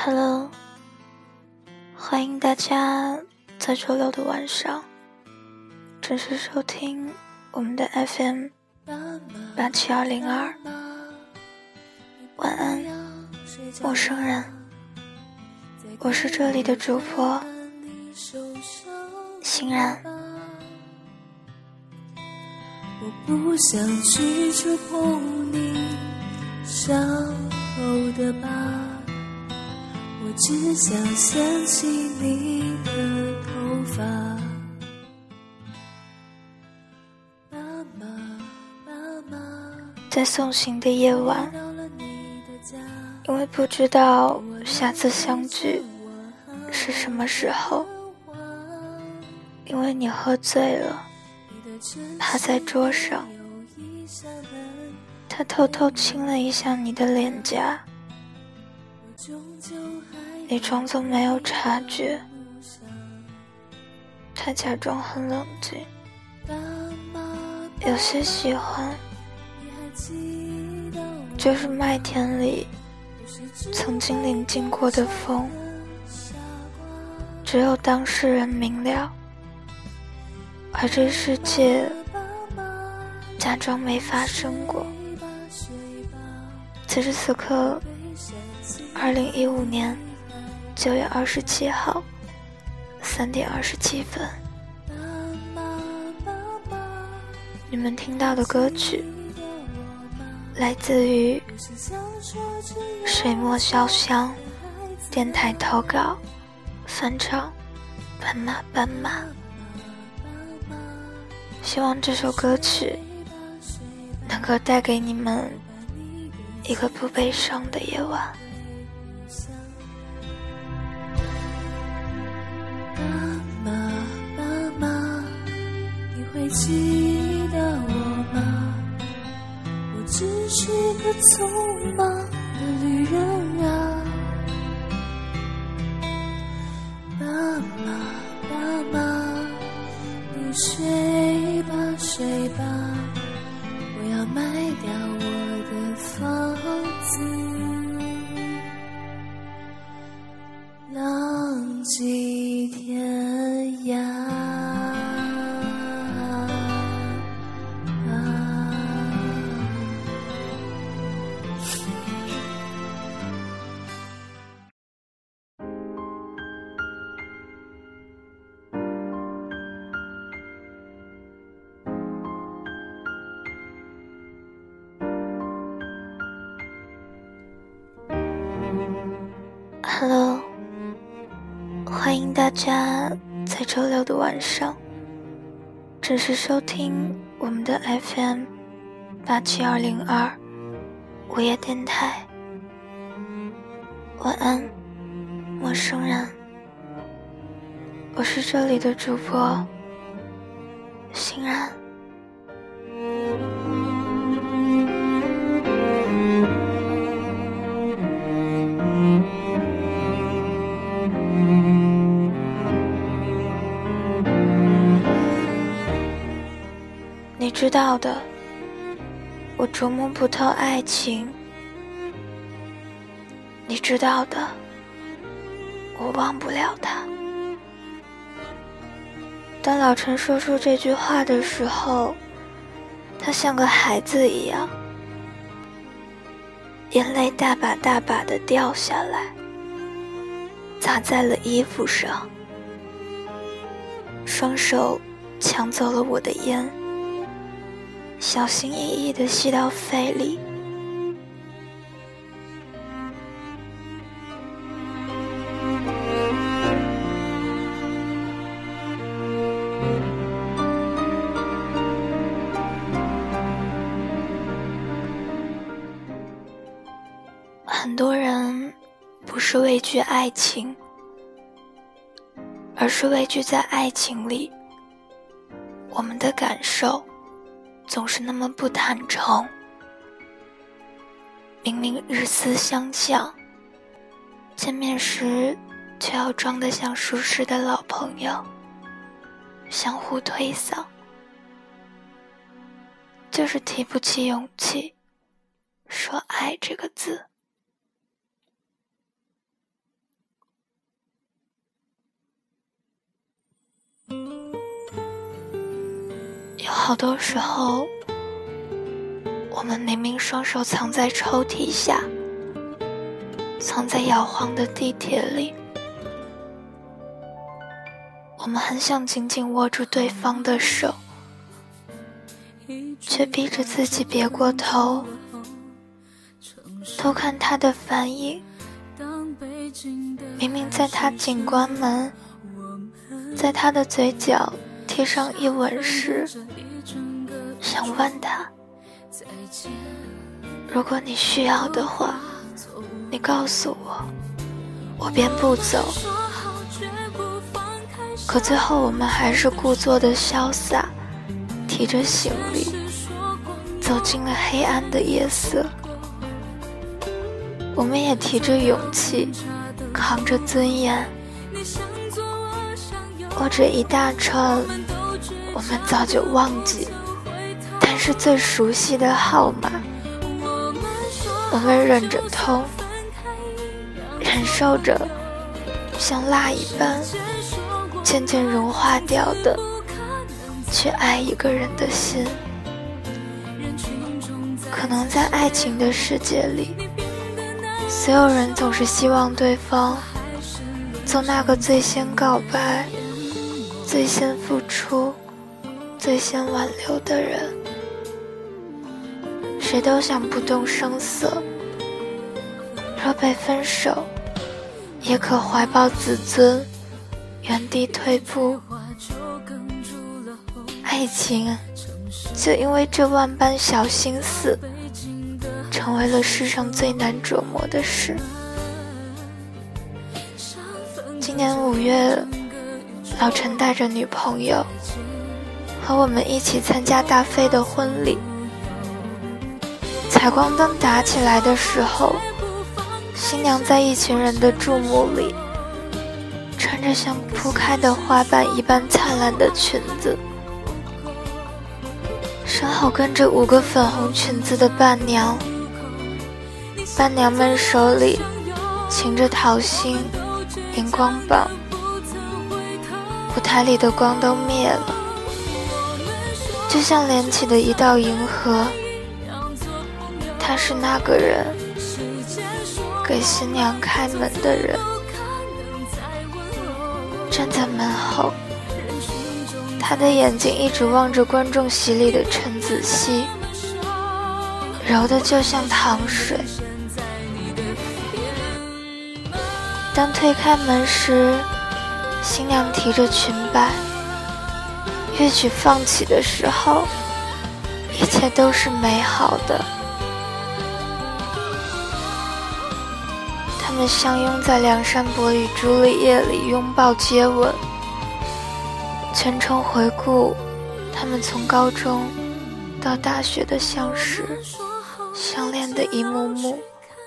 Hello， 欢迎大家在周六的晚上准时收听我们的 FM 87202。晚安，陌生人，我是这里的主播欣然。 我不想去触碰你伤口的疤，我只想掀起你的头发。 在送行的夜晚，因为不知道下次相聚是什么时候，因为你喝醉了，趴在桌上，他偷偷亲了一下你的脸颊，你装作没有察觉，他假装很冷静，有些喜欢，就是麦田里曾经临经过的风，只有当事人明了，而这世界假装没发生过。此时此刻2015年9月27号3点27分，你们听到的歌曲来自于水墨潇湘电台投稿翻唱斑马斑马，希望这首歌曲能够带给你们一个不悲伤的夜晚。 妈妈，妈妈，你会记得我吗？我只是个匆忙的旅人啊。妈妈，妈妈，你睡吧睡吧，我要卖掉我的房子，浪迹天涯。 Hello， 欢迎大家在周六的晚上准时收听我们的 FM 87202午夜电台。晚安，陌生人，我是这里的主播欣然。你知道的，我琢磨不透爱情，你知道的，我忘不了他。当老陈说出这句话的时候，他像个孩子一样，眼泪大把大把地掉下来，砸在了衣服上，双手抢走了我的烟，小心翼翼地吸到肺里。很多人不是畏惧爱情，而是畏惧在爱情里，我们的感受总是那么不坦诚，明明日思相向，见面时却要装得像熟识的老朋友，相互推搡，就是提不起勇气说爱这个字。 有好多时候，我们明明双手藏在抽屉下，藏在摇晃的地铁里，我们很想紧紧握住对方的手，却逼着自己别过头，偷看他的反应。明明在他紧关门，在他的嘴角贴上一吻时，想问他，如果你需要的话，你告诉我，我便不走。可最后我们还是故作的潇洒，提着行李走进了黑暗的夜色。我们也提着勇气，扛着尊严，握着一大串我们早就忘记但是最熟悉的号码。我们忍着痛，忍受着像蜡一般渐渐融化掉的去爱一个人的心。可能在爱情的世界里，所有人总是希望对方做那个最先告白、最先付出、最先挽留的人。谁都想不动声色，若被分手，也可怀抱自尊，原地退步。爱情就因为这万般小心思，成为了世上最难琢磨的事。今年5月，老陈带着女朋友和我们一起参加大飞的婚礼。采光灯打起来的时候，新娘在一群人的注目里，穿着像铺开的花瓣一般灿烂的裙子，身后跟着5个粉红裙子的伴娘，伴娘们手里擎着桃心、荧光棒，舞台里的光都灭了，就像连起的一道银河。他是那个人，给新娘开门的人。站在门后，他的眼睛一直望着观众席里的陈子希，柔的就像糖水。当推开门时，新娘提着裙摆，乐曲放起的时候，一切都是美好的。他们相拥在梁山伯与朱丽叶里拥抱接吻，全程回顾他们从高中到大学的相识相恋的一幕幕。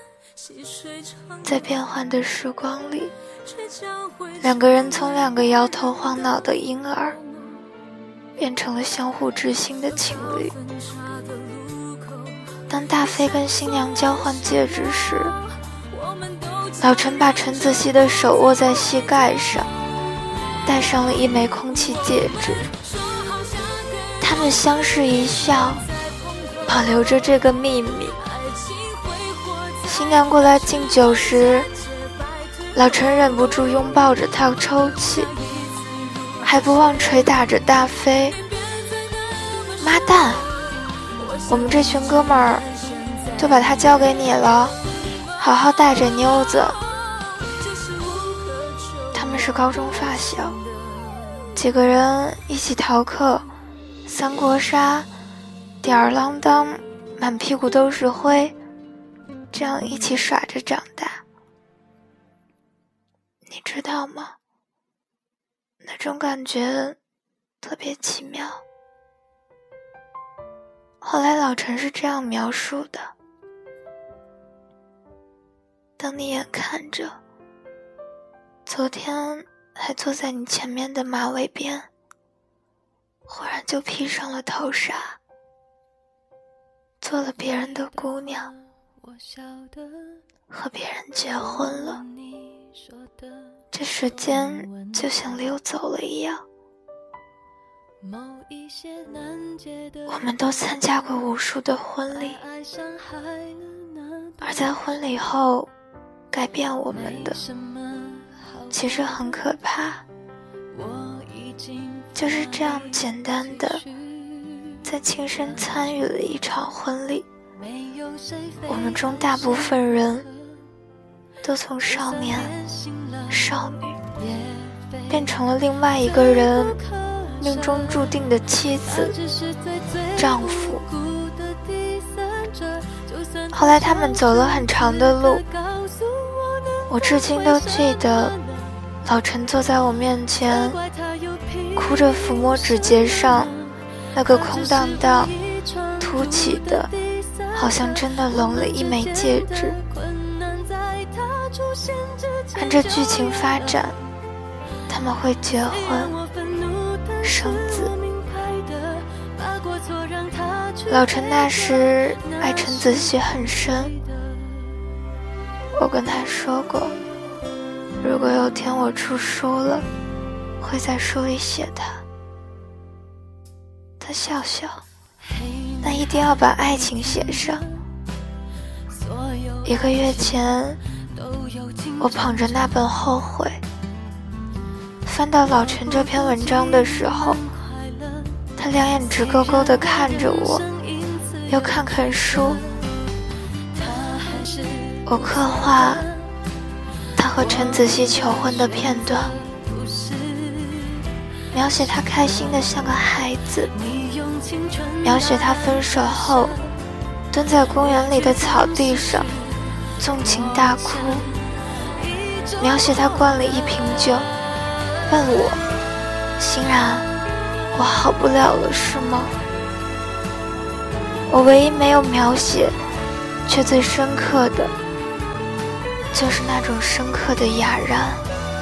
在变幻的时光里，两个人从2个摇头晃脑的婴儿变成了相互知心的情侣。当大飞跟新娘交换戒指时，老陈把陈子希的手握在膝盖上，戴上了一枚空气戒指。他们相视一笑，保留着这个秘密。新娘过来敬酒时，老陈忍不住拥抱着她抽泣，还不忘捶打着大飞。妈蛋，我们这群哥们儿都把她交给你了，好好带着妞子。他们是高中发小，几个人一起逃课，三国杀，吊儿郎当，满屁股都是灰，这样一起耍着长大。你知道吗？那种感觉特别奇妙。后来老陈是这样描述的：当你眼看着昨天还坐在你前面的马尾边，忽然就披上了头纱，做了别人的姑娘，和别人结婚了，这时间就像溜走了一样。 我们都参加过无数的婚礼，而在婚礼后改变我们的其实很可怕，就是这样简单的在亲身参与了一场婚礼，我们中大部分人都从少年少女变成了另外一个人命中注定的妻子丈夫。后来他们走了很长的路，我至今都记得老陈坐在我面前，哭着抚摸指节上那个空荡荡凸起的好像真的拢了一枚戒指。按着剧情发展，他们会结婚生子。老陈那时爱陈子希很深，我跟他说过，如果有天我出书了，会在书里写他。他笑笑，那一定要把爱情写上。1个月前，我捧着那本《后悔》，翻到老陈这篇文章的时候，他两眼直勾勾地看着我，又看看书。我刻画他和陈子希求婚的片段，描写他开心的像个孩子，描写他分手后蹲在公园里的草地上纵情大哭，描写他灌了一瓶酒问我，欣然，我好不了了是吗？我唯一没有描写却最深刻的就是那种深刻的哑然。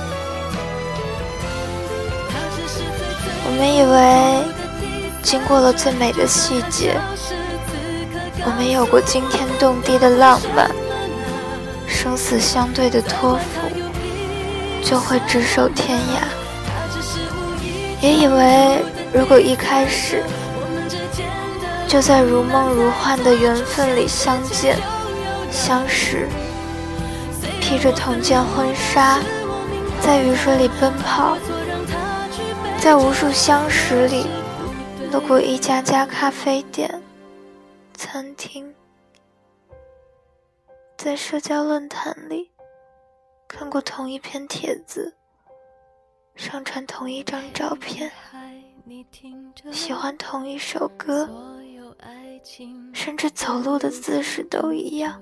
我们以为经过了最美的细节，我们有过惊天动地的浪漫，生死相对的托付，就会只手天涯。也以为如果一开始就在如梦如幻的缘分里相见相识，披着同件婚纱在雨水里奔跑，在无数相识里路过一家家咖啡店餐厅，在社交论坛里看过同一篇帖子，上传同一张照片，喜欢同一首歌，甚至走路的姿势都一样。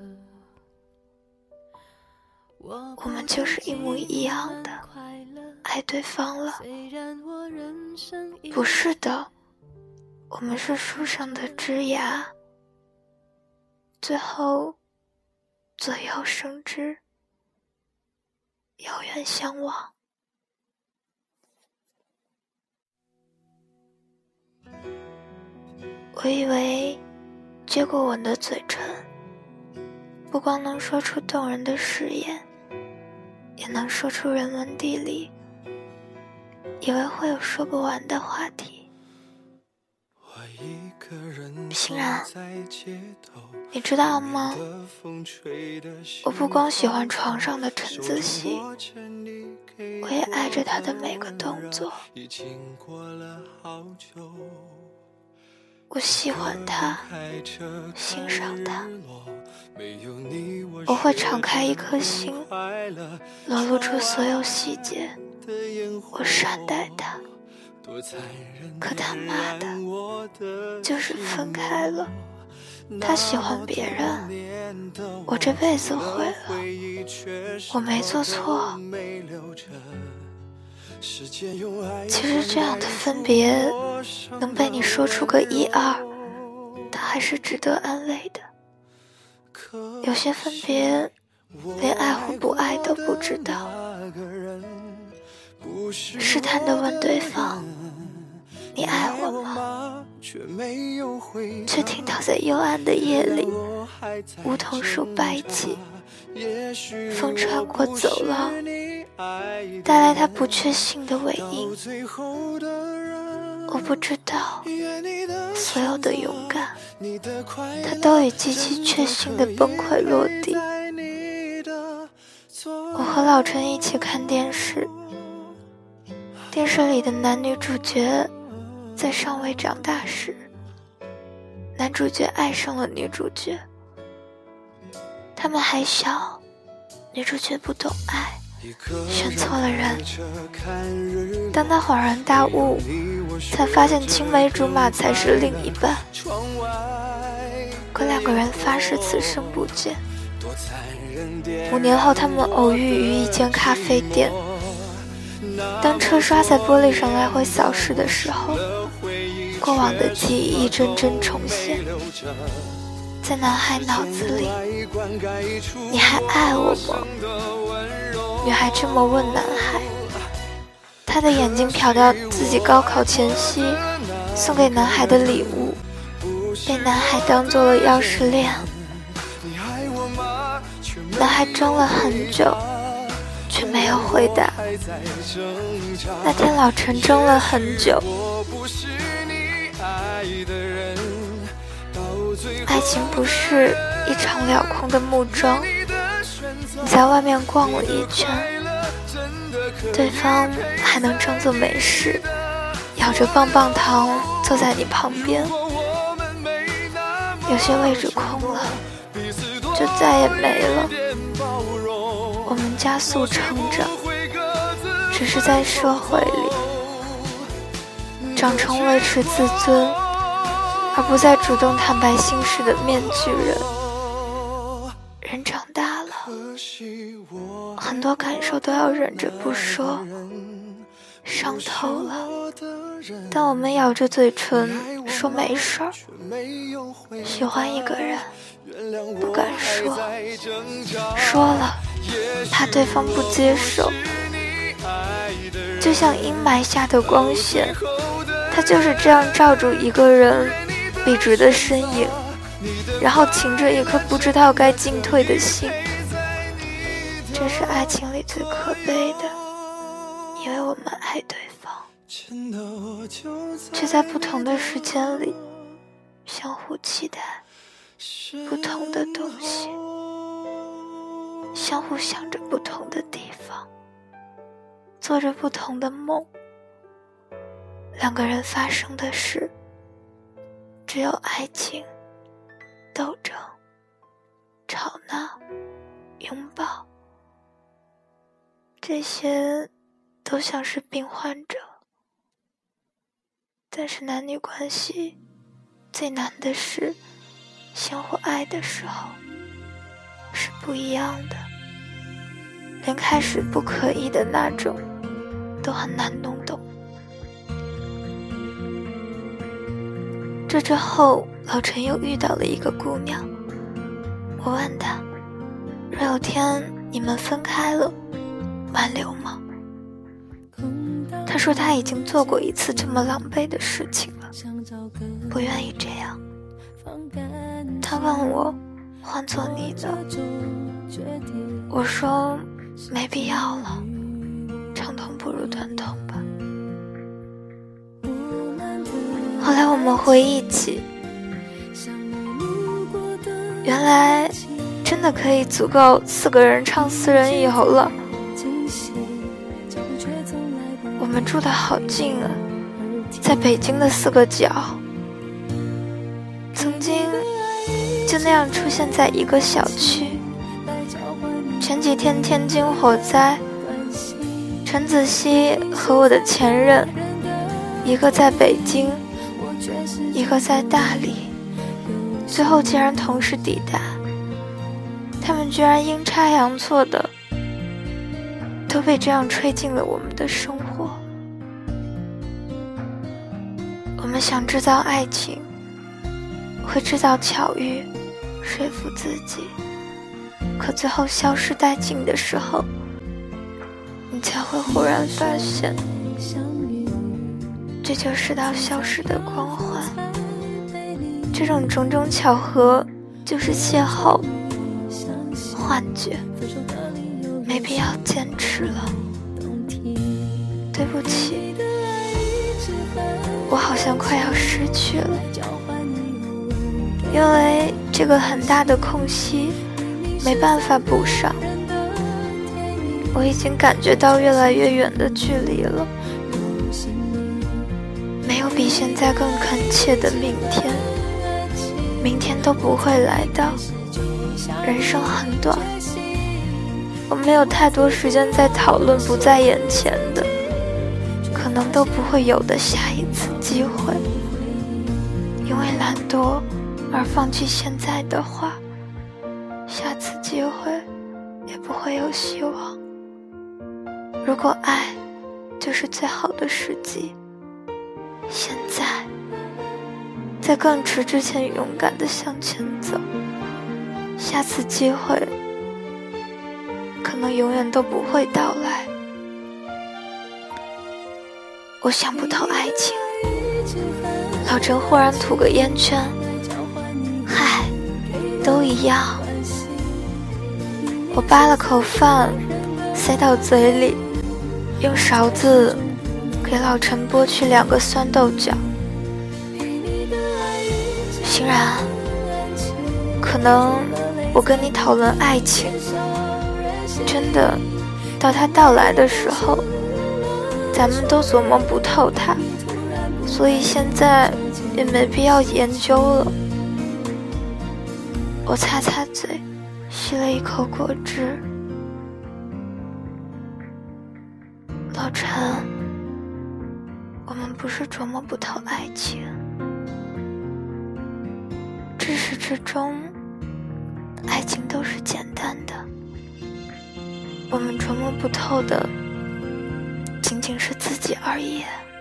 我们就是一模一样的爱对方了。不是的，我们是树上的枝芽，最后左右生枝，遥远相望。我以为接过吻的嘴唇不光能说出动人的誓言，也能说出人伦地理，以为会有说不完的话题。欣然，你知道吗？我不光喜欢床上的陈子希，我也爱着他的每个动作。我喜欢他，欣赏他，我会敞开一颗心，裸露出所有细节，我善待他。可他妈的，就是分开了，他喜欢别人，我这辈子毁了，我没做错。其实这样的分别能被你说出个1、2，它还是值得安慰的。有些分别连爱或不爱都不知道，试探地问对方，你爱我吗？却听到在幽暗的夜里，梧桐树摆起，风穿过走廊，带来他不确信的尾音。 我不知道所有的勇敢，它都以极其确信的崩溃落地。我和老陈一起看电视，电视里的男女主角在尚未长大时，男主角爱上了女主角，他们还小，女主角不懂爱，选错了人。当他恍然大悟，才发现青梅竹马才是另一半。可两个人发誓此生不见。5年后，他们偶遇于一间咖啡店。当车刷在玻璃上来回扫视的时候，过往的记忆一帧帧重现，在男孩脑子里。你还爱我吗？女孩这么问男孩。他的眼睛瞟到自己高考前夕送给男孩的礼物，被男孩当做了钥匙链。男孩怔了很久，却没有回答。那天老陈怔了很久。爱情不是一场了空的木桩，你在外面逛了一圈，对方还能装作没事，咬着棒棒糖坐在你旁边。有些位置空了，就再也没了。我们加速成长，只是在社会里长成维持自尊，而不再主动坦白心事的面具人。人长大了，很多感受都要忍着不说，伤透了，但我们咬着嘴唇说没事儿。喜欢一个人不敢说，说了怕对方不接受，就像阴霾下的光线，它就是这样照住一个人笔直的身影，然后噙着一颗不知道该进退的心。这是爱情里最可悲的，因为我们爱对方，却在不同的时间里相互期待不同的东西，相互想着不同的地方，做着不同的梦。两个人发生的事，只有爱情、斗争、吵闹、拥抱，这些都像是病患者。但是男女关系最难的是，相互爱的时候是不一样的，连开始不可以的那种都很难弄懂。这之后，老陈又遇到了一个姑娘，我问他，若有天你们分开了，挽留吗？他说他已经做过一次这么狼狈的事情了，不愿意这样。他问我，换做你呢？我说没必要了，长痛不如短痛吧。后来我们回忆起，原来真的可以足够4个人唱4人游了。我们住得好近啊，在北京的4个角，曾经就那样出现在一个小区。前几天天津火灾，陈子希和我的前任，一个在北京，一个在大理，最后竟然同时抵达。他们居然阴差阳错的都被这样吹进了我们的生活。我们想制造爱情，会制造巧遇，说服自己，可最后消失殆尽的时候，你才会忽然发现，这就是道消失的光环。这种种种巧合就是邂逅、幻觉，没必要坚持了。对不起。 我好像快要失去了，因为这个很大的空隙没办法补上。我已经感觉到越来越远的距离了，没有比现在更恳切的明天，明天都不会来到。人生很短，我没有太多时间在讨论不在眼前的，可能都不会有的下一次机会。因为懒惰而放弃现在的话，下次机会也不会有希望。如果爱就是最好的时机，现在在更迟之前勇敢地向前走，下次机会可能永远都不会到来。我想不透爱情。老陈忽然吐个烟圈，嗨，都一样。我扒了口饭塞到嘴里，用勺子给老陈剥去2个酸豆角。欣然，可能我跟你讨论爱情，真的到它到来的时候，咱们都琢磨不透它，所以现在也没必要研究了。我擦擦嘴，吸了一口果汁。老陈，我们不是琢磨不透爱情，至始至终爱情都是简单的，我们琢磨不透的仅仅是自己而已。